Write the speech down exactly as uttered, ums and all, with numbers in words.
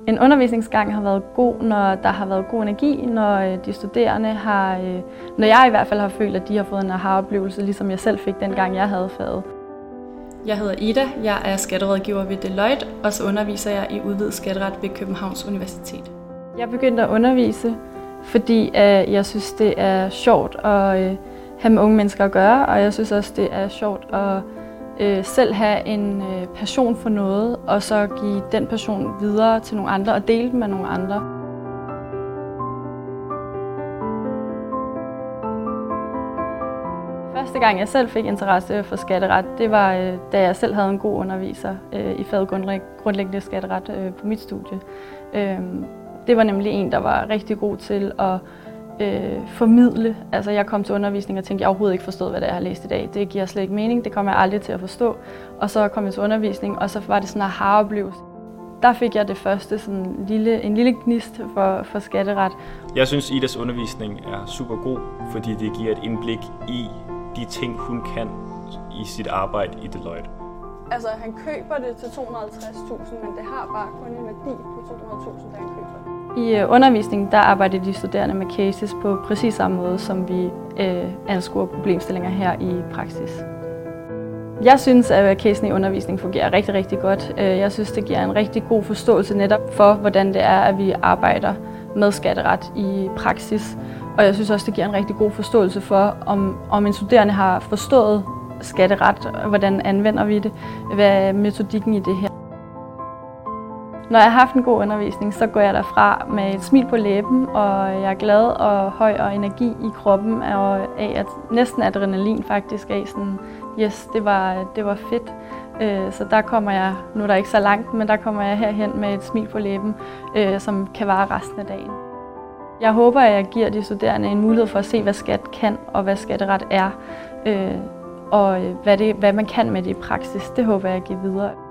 En undervisningsgang har været god, når der har været god energi, når de studerende har, når jeg i hvert fald har følt, at de har fået en aha-oplevelse, ligesom jeg selv fik dengang jeg havde faget. Jeg hedder Ida, jeg er skatterådgiver ved Deloitte, og så underviser jeg i udvidet skatteret ved Københavns Universitet. Jeg begyndte at undervise, fordi jeg synes, det er sjovt at have med unge mennesker at gøre, og jeg synes også, det er sjovt at øh, selv have en øh, passion for noget, og så give den passion videre til nogle andre og dele den med nogle andre. Første gang jeg selv fik interesse for skatteret, det var øh, da jeg selv havde en god underviser øh, i faget grundlæggende skatteret øh, på mit studie. Øh, det var nemlig en, der var rigtig god til at Øh, formidle. Altså, jeg kom til undervisning og tænkte, jeg overhovedet ikke forstod, hvad det er, jeg har læst i dag. Det giver slet ikke mening, det kommer jeg aldrig til at forstå. Og så kom jeg til undervisning, og så var det sådan en aha-oplevelse. Der fik jeg det første, sådan lille, en lille gnist for, for skatteret. Jeg synes, Idas undervisning er super god, fordi det giver et indblik i de ting, hun kan i sit arbejde i Deloitte. Altså, han køber det til to hundrede og halvtreds tusind, men det har bare kun en værdi på to hundrede tusind, da han køber det. I undervisningen der arbejder de studerende med cases på præcis samme måde, som vi øh, anskuer problemstillinger her i praksis. Jeg synes, at casen i undervisningen fungerer rigtig, rigtig godt. Jeg synes, det giver en rigtig god forståelse netop for, hvordan det er, at vi arbejder med skatteret i praksis. Og jeg synes også, det giver en rigtig god forståelse for, om, om en studerende har forstået skatteret, hvordan anvender vi det, hvad er metodikken i det her. Når jeg har haft en god undervisning, så går jeg derfra med et smil på læben, og jeg er glad og høj og energi i kroppen, og af at næsten adrenalin faktisk af sådan, yes, det var, det var fedt. Så der kommer jeg, nu er der ikke så langt, men der kommer jeg herhen med et smil på læben, som kan vare resten af dagen. Jeg håber, at jeg giver de studerende en mulighed for at se, hvad skat kan og hvad skatteret er, og hvad, det, hvad man kan med det i praksis. Det håber jeg at give videre.